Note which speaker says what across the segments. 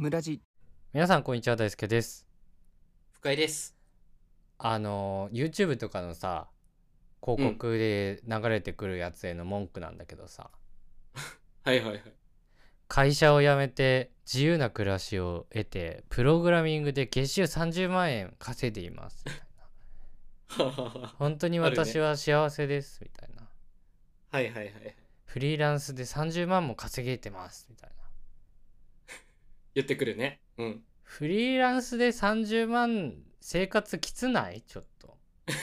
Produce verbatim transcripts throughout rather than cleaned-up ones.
Speaker 1: ムラジ。
Speaker 2: 皆さんこんにちは、大輔です。
Speaker 3: 深井です。
Speaker 2: あの YouTube とかのさ広
Speaker 3: うん。
Speaker 2: 告で流れてくるやつへの文句なんだけどさ、
Speaker 3: はいはいはい。
Speaker 2: 会社を辞めて自由な暮らしを得てプログラミングで月収さんじゅうまん円稼いでいますみたいな、
Speaker 3: ははは
Speaker 2: 本当に
Speaker 3: あるね。
Speaker 2: 私は幸せですみたいな、
Speaker 3: はいはいはい。
Speaker 2: フリーランスでさんじゅうまんも稼げてますみたいな。
Speaker 3: 言ってくるね。うん。
Speaker 2: フリーランスでさんじゅうまん生活きつない？ちょっと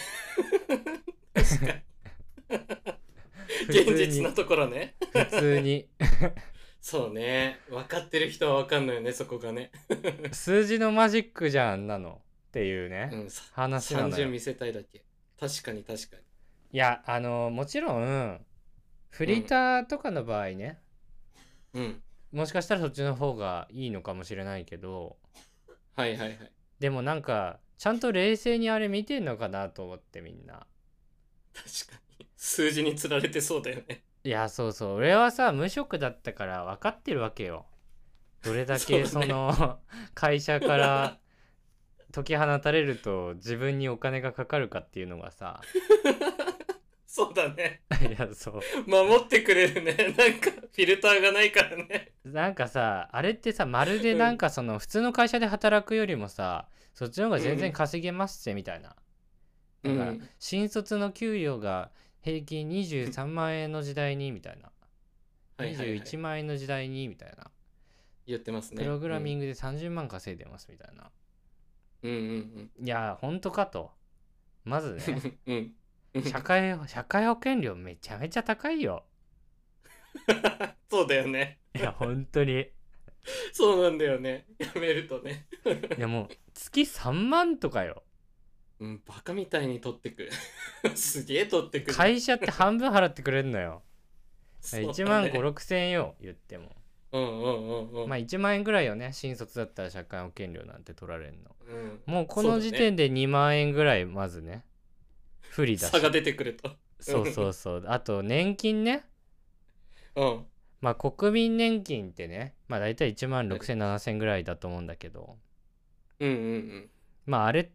Speaker 3: 確かに。
Speaker 2: 普通
Speaker 3: 現実
Speaker 2: に
Speaker 3: のところね。
Speaker 2: 普通に
Speaker 3: そうね。分かってる人は分かんないよね、そこがね。
Speaker 2: 数字のマジックじゃんなのっていうね、
Speaker 3: うん。さ
Speaker 2: 話なのよ。
Speaker 3: さんじゅう見せたいだけ。確かに確か
Speaker 2: いや、あのもちろんフ
Speaker 3: に。う
Speaker 2: リー
Speaker 3: ん。
Speaker 2: ターとかの場合ね、
Speaker 3: うん。
Speaker 2: もしかしたらそっちの方がいいのかもしれないけど、
Speaker 3: はいはいはい。
Speaker 2: でもなんかちゃんと冷静にあれ見てんのかなと思って、みんな。
Speaker 3: 確かに。数字につられてそうだよね。
Speaker 2: いや、そうそう、俺はさ無職だったから分かってるわけよ。どれだけそ
Speaker 3: そうだね。
Speaker 2: の会社から解き放たれると自分にお金がかかるかっていうのがさ
Speaker 3: そうだね。
Speaker 2: いや、そう
Speaker 3: 守ってくれるね。なんか、フィルターがないからね。
Speaker 2: なんかさ、あれってさ、まるで
Speaker 3: うん。
Speaker 2: なんかその普通の会社で働くよりもさ、そっちの方が全然
Speaker 3: うん。
Speaker 2: 稼げますぜみたいな。だから
Speaker 3: うん。
Speaker 2: 新卒の給与が平均にじゅうさんまん円の時代にみたいな、21
Speaker 3: はいはいはい。
Speaker 2: 万円の時代にみたいな、
Speaker 3: 言ってますね。
Speaker 2: プログ
Speaker 3: うん。
Speaker 2: ラミングでさんじゅうまん稼いでますみたいな。
Speaker 3: うんうん
Speaker 2: いや本当かと。まずね、
Speaker 3: うん。うん。
Speaker 2: 社会社会保険料めちゃめちゃ高いよ。
Speaker 3: そうだよね。
Speaker 2: いや本当に。
Speaker 3: そうなんだよね。やめるとね。
Speaker 2: いやもう月さんまんとかよ。
Speaker 3: うん、バカみたいに取ってく。すげえ取ってくじゃん。
Speaker 2: 会社って半分払ってくれんのよ。1
Speaker 3: そうだ
Speaker 2: 万ご、
Speaker 3: ね。
Speaker 2: ろくせん円よ、言っても。
Speaker 3: うんうんうんうん。
Speaker 2: まあいちまん円ぐらいよね、新卒だったら社会保険料なんて取られんの。
Speaker 3: うん。
Speaker 2: もうこの
Speaker 3: そうだね。
Speaker 2: 時点でにまん円ぐらいまずね、不利だ
Speaker 3: 差が
Speaker 2: し。
Speaker 3: 出てくると。う
Speaker 2: そうそ
Speaker 3: ん。
Speaker 2: うそう。あと年金ね。
Speaker 3: うん。
Speaker 2: まあ国民年金ってね、まあ大体いちまん
Speaker 3: ある。
Speaker 2: ろくせん、ななせんぐらいだと思うんだけど、
Speaker 3: うんうん
Speaker 2: まああれって、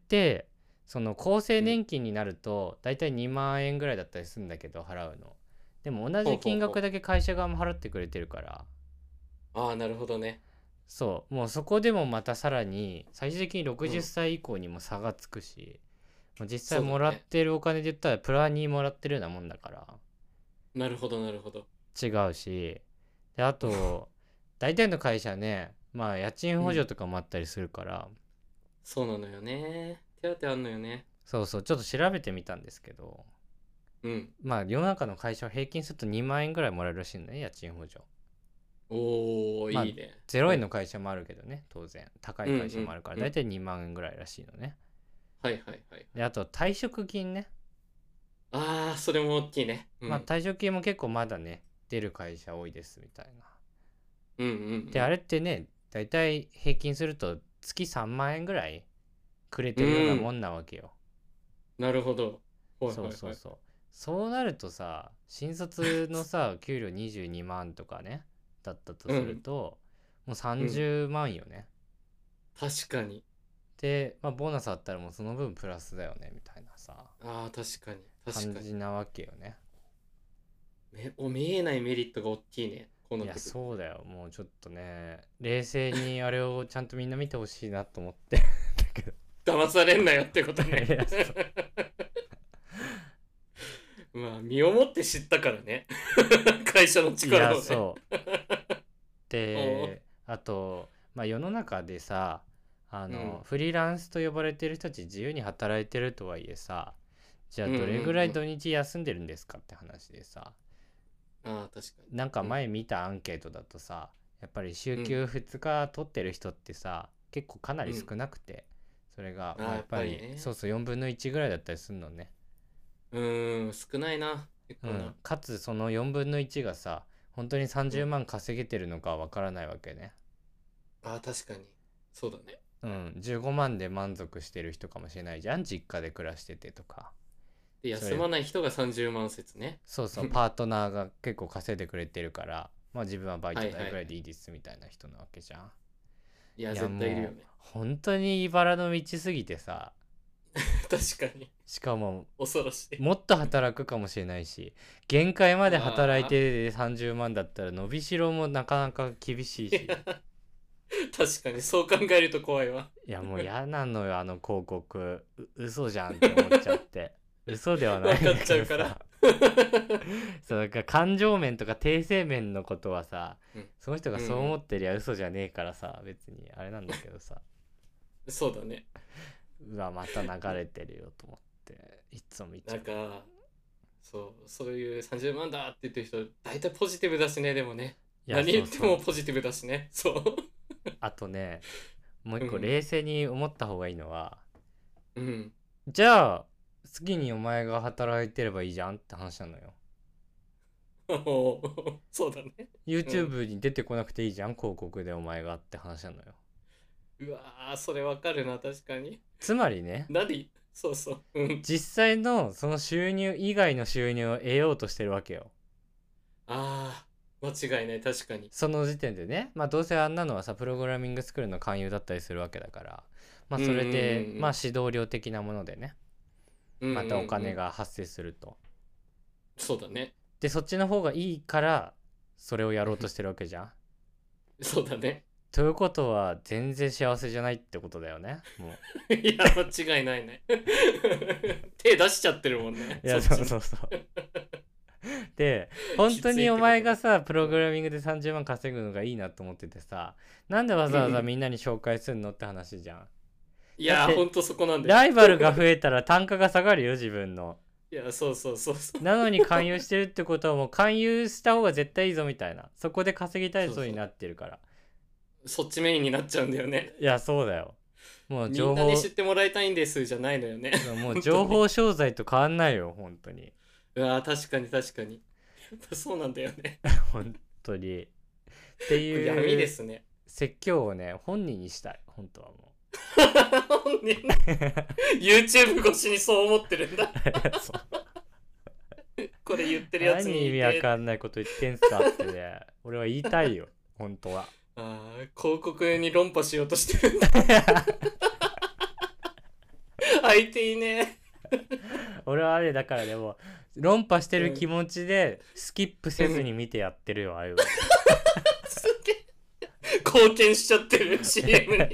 Speaker 2: その厚生
Speaker 3: うん。うん。
Speaker 2: 年金になると大体にまん円ぐらいだったりするんだけど、払うの。でも同
Speaker 3: ほう
Speaker 2: じ
Speaker 3: ほうほう。
Speaker 2: 金額だけ会社側も払ってくれてるから、
Speaker 3: ああ、なるほどね。
Speaker 2: そう、もうそこでもまたさらに最終的に60
Speaker 3: うん。
Speaker 2: 歳以降にも差がつくし、もう実際もらっ
Speaker 3: そうだね。
Speaker 2: てるお金で言ったらプラにもらってるようなもんだから
Speaker 3: なるほどなるほど。
Speaker 2: 違うし、であと大体の会社ね、まあ家賃
Speaker 3: うん。
Speaker 2: 補助とかもあったりするから、
Speaker 3: そうなのよね。手当あんのよね。
Speaker 2: そうそう、ちょっと調べてみたんですけど、
Speaker 3: うん。
Speaker 2: まあ世の中の会社は平均するとにまん円ぐらいもらえるらしいのね、家賃補助。
Speaker 3: おー、
Speaker 2: まあ
Speaker 3: いいね。
Speaker 2: ゼロえんの
Speaker 3: はい。
Speaker 2: 会社もあるけどね、当然高
Speaker 3: うんう
Speaker 2: い会社もあるから、
Speaker 3: んうん。
Speaker 2: 大体にまん円ぐらいらしいのね。
Speaker 3: はいはいはいはい。
Speaker 2: であと退職金ね。
Speaker 3: ああ、それも大きいね。うん。
Speaker 2: まあ退職金も結構まだね出る会社多いですみたいな。
Speaker 3: うんうん
Speaker 2: であれってね、だいたい平均すると月さんまん円ぐらいくれ
Speaker 3: うん。
Speaker 2: てるよう
Speaker 3: うん。
Speaker 2: なもんなわけよ。
Speaker 3: なるほど。はい
Speaker 2: そう
Speaker 3: はいはい。
Speaker 2: そうそう。そうなるとさ、新卒のさ給料にじゅうにまんとかねだったとする
Speaker 3: うん。
Speaker 2: と、もう
Speaker 3: うん。
Speaker 2: さんじゅうまんよね。
Speaker 3: 確かに。
Speaker 2: で、まあ、ボーナスあったらもうその分プラスだよねみたいなさ
Speaker 3: ああ、確かに。確かに。
Speaker 2: 感じなわけよね。
Speaker 3: め、お、見えないメリットが大きいね。こうな
Speaker 2: いや
Speaker 3: ってくる
Speaker 2: そうだよ、もうちょっとね冷静にあれをちゃんとみんな見てほしいなと思ってだけど。
Speaker 3: と。騙されんなよってこと
Speaker 2: い
Speaker 3: ね。
Speaker 2: やそう。
Speaker 3: まあ、身をもって知ったからね。会社の
Speaker 2: いや
Speaker 3: 力をね。
Speaker 2: そう
Speaker 3: おう。
Speaker 2: で、あと、まあ、世の中でさ、あ
Speaker 3: うん。
Speaker 2: のフリーランスと呼ばれてる人たち自由に働いてるとはいえさ、じゃあ
Speaker 3: うんうん
Speaker 2: どれぐらい
Speaker 3: うん。
Speaker 2: 土日休んでるんですかって話でさ、
Speaker 3: ああ、確か
Speaker 2: なんか
Speaker 3: に。うん。
Speaker 2: 前見たアンケートだとさ、やっぱり週
Speaker 3: うん。
Speaker 2: 休ふつか取ってる人ってさ結構かなり
Speaker 3: うん。
Speaker 2: 少なくて、それが
Speaker 3: ああ、
Speaker 2: まあや
Speaker 3: やっぱり
Speaker 2: っぱりそう
Speaker 3: ね。
Speaker 2: そうよんぶんのいちぐらいだったりするのね。
Speaker 3: うーん、少ないな。結
Speaker 2: うん、
Speaker 3: 構な。
Speaker 2: かつそのよんぶんのいちがさ本当に30
Speaker 3: うん。
Speaker 2: 万稼げてるのかわからないわけね。
Speaker 3: ああ、確かに。そうだね。
Speaker 2: うん、じゅうごまんで満足してる人かもしれないじゃん、実家で暮らしててとか。
Speaker 3: で、
Speaker 2: それ
Speaker 3: 休まない人がさんじゅうまん説ね。
Speaker 2: そうそう、パートナーが結構稼いでくれてるから、まあ自分はバイト
Speaker 3: はいはいはい。
Speaker 2: 代ぐらいでいいですみたいな人なわけじゃん。
Speaker 3: いや、
Speaker 2: いや
Speaker 3: 絶対いるよ
Speaker 2: もう
Speaker 3: ね。
Speaker 2: 本当に茨の道すぎてさ、
Speaker 3: 確かに。
Speaker 2: しかも
Speaker 3: 恐ろしい。
Speaker 2: もっと働くかもしれないし、限界まで働い
Speaker 3: ああ。
Speaker 2: てさんじゅうまんだったら伸びしろもなかなか厳しいし、
Speaker 3: 確かに、そう考えると怖いわ。
Speaker 2: いやもう嫌なのよあの広告、う嘘じゃんって思っちゃって。嘘ではないんだ
Speaker 3: 分かっちゃ
Speaker 2: けど
Speaker 3: うから
Speaker 2: さ、そうだから感情面とか定性面のことはさ、
Speaker 3: うん
Speaker 2: その人がそう思ってりゃ嘘じゃねえからさ、別にあれなんだけどさ、
Speaker 3: そうだね。
Speaker 2: うわまた流れてるよと思っていつも見ち
Speaker 3: な
Speaker 2: ゃう。
Speaker 3: んか、そう、そういうさんじゅうまんだって言ってる人、大体ポジティブだしね、でもね。
Speaker 2: いや
Speaker 3: 何言っても
Speaker 2: そうそう、
Speaker 3: ポジティブだしね。そう。
Speaker 2: あとね、もう一個
Speaker 3: うん
Speaker 2: 冷静に思った方がいいのは、
Speaker 3: うん。
Speaker 2: じゃあ好きにお前が働いてればいいじゃんって話なのよ。
Speaker 3: おーそうだね。
Speaker 2: YouTube に出てこなくていいじゃん、広告でお前がって話なのよ。
Speaker 3: うわー、それわかるな、確かに。
Speaker 2: つまりね、
Speaker 3: 何そうそう。うん。
Speaker 2: 実際のその収入以外の収入を得ようとしてるわけよ。
Speaker 3: あー、間違いない、確かに。
Speaker 2: その時点でね、まあどうせあんなのはさ、プログラミングスクールの勧誘だったりするわけだから、まあそれで、
Speaker 3: うんうんうんうん
Speaker 2: まあ指導料的なものでね、
Speaker 3: うんうんうん
Speaker 2: またお金が発生すると。
Speaker 3: そうだね。
Speaker 2: で、そっちの方がいいから、それをやろうとしてるわけじゃん。
Speaker 3: そうだね。
Speaker 2: ということは、全然幸せじゃないってことだよね。もう。
Speaker 3: いや、間違いないね。手出しちゃってるもんね。
Speaker 2: いや、
Speaker 3: そっちに
Speaker 2: そうそうそう。で、本当にお前がさ、プログラミングでさんじゅうまん稼ぐのがいいなと思っててさ、なんでわざわざみんなに紹介すんのって話じゃん。
Speaker 3: いやー、
Speaker 2: だって
Speaker 3: ほんとそこなんだよ。
Speaker 2: ライバルが増えたら単価が下がるよ、自分の。
Speaker 3: いや、そうそうそうそう。
Speaker 2: なのに勧誘してるってことはもう勧誘した方が絶対いいぞみたいな。そこで稼ぎたい
Speaker 3: そうそう
Speaker 2: ぞになってるから。
Speaker 3: そっちメインになっちゃうんだよね。
Speaker 2: いや、そうだよ。もう
Speaker 3: み
Speaker 2: 情報、
Speaker 3: んなに知ってもらいたいんですじゃないのよね。
Speaker 2: もう情報商材と変わんないよ、本当に。
Speaker 3: うわー、確かに確かに。やっぱそうなんだよね。
Speaker 2: 本当に。っていう
Speaker 3: 闇ですね。
Speaker 2: 説教をね、本人にしたい、本当はも
Speaker 3: 本人 YouTube 越しにそう思ってるんだ。
Speaker 2: う。そう
Speaker 3: これ言ってるやつに
Speaker 2: 何意味わかんないこと言ってんすかってね、俺は言いたいよ、本当は。
Speaker 3: あー広告に論破しようとしてるんだ。相手いいね。
Speaker 2: 俺はあれだからでも論破してる気持ちでスキップせずに見てやってるよ、ああいうの。
Speaker 3: すげえ貢献しちゃってる シーエム に。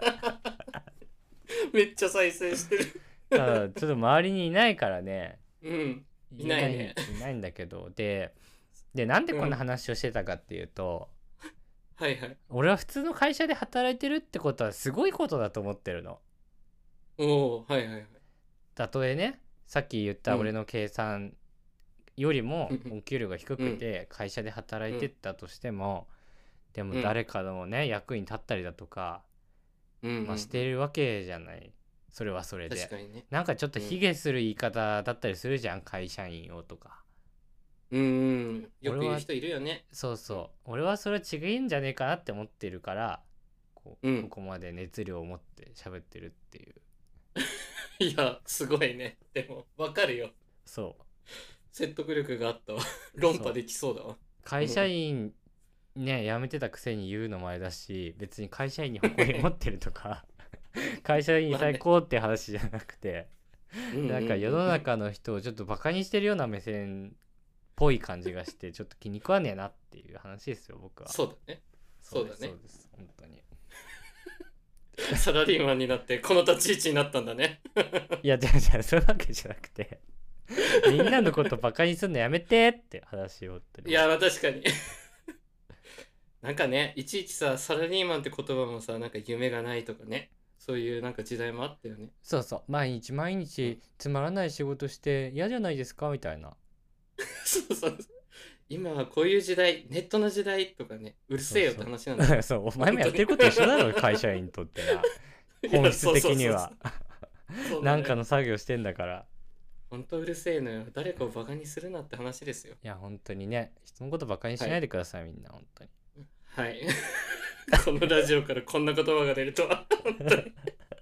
Speaker 3: めっちゃ再生してる。
Speaker 2: ただちょっと周りにいないからね、
Speaker 3: うん。いないね
Speaker 2: いないんだけど、ででなんでこんな話をしてたかっていうと、
Speaker 3: はいはい。
Speaker 2: 俺は普通の会社で働いてるってことはすごいことだと思ってるの。
Speaker 3: おおはいはいはい。
Speaker 2: たとえね、さっき言った俺の計算よりも
Speaker 3: うん
Speaker 2: お給料が低くて会社で働いてったとしても、でも誰かのね役に立ったりだとか、
Speaker 3: うんうんうん
Speaker 2: まあ、してるわけじゃない。それはそれで
Speaker 3: 確かにね。
Speaker 2: なんかちょっと卑下する言い方だったりするじゃん、会社員をとか。
Speaker 3: うんうん。よく言う人いるよね。
Speaker 2: そうそう、俺はそれは違うんじゃねえかなって思ってるから、こう、
Speaker 3: うん
Speaker 2: ここまで熱量を持って喋ってるっていう。
Speaker 3: いや、すごいね。でも、わかるよ。
Speaker 2: そう
Speaker 3: 説得力があったわ。論破できそうだわ。
Speaker 2: 会社員ね辞めてたくせに言うのもあれだし、別に会社員に誇り持ってるとか会社員最高って話じゃなくて、なんか世の中の人をちょっとバカにしてるような目線っぽい感じがして、ちょっと気に食わねえなっていう話ですよ、僕は。
Speaker 3: そうだね。そうだね。
Speaker 2: そうです本当に。
Speaker 3: サラリーマンになってこの立ち位置になったんだね。
Speaker 2: いや、じゃあじゃあそういうわけじゃなくてみんなのことバカにすんのやめてって話をって。
Speaker 3: いや、まあ確かに。なんかね、いちいちさ、サラリーマンって言葉もさ、なんか夢がないとかね、そういうなんか時代もあったよね。
Speaker 2: そうそう、毎日毎日つまらない仕事して嫌じゃないですかみたいな。
Speaker 3: そうそう。今はこういう時代、ネットの時代とかね、うるせえよって話なんだよ。
Speaker 2: そうそうお前もやってること一緒だろ会社員にとってな。本質的にはなんかの作業してんだから。
Speaker 3: 本当うるせえのよ。誰かをバカにするなって話ですよ。
Speaker 2: いや本当にね、人のことバカにしないでください、はい、みんな本当に。
Speaker 3: はい。このラジオからこんな言葉が出るとは本当に。はい。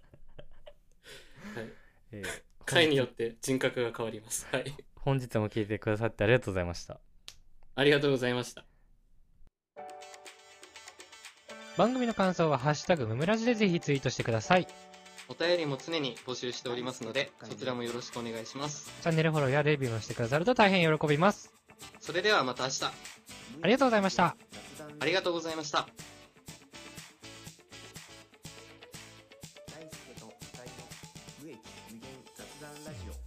Speaker 3: えー、回によって人格が変わります。はい。
Speaker 2: 本日も聞いてくださってありがとうございました。
Speaker 3: ありがとうございました。
Speaker 2: 番組の感想はハッシュタグムムラジでぜひツイートしてください。
Speaker 3: お便りも常に募集しておりますので、そちらもよろしくお願いします。
Speaker 2: チャンネルフォローやレビューもしてくださると大変喜びます。
Speaker 3: それではまた明日。
Speaker 2: ありがとうございました。
Speaker 3: ありがとうございました。
Speaker 1: 大輔と二人の無益無限雑談ラジオ。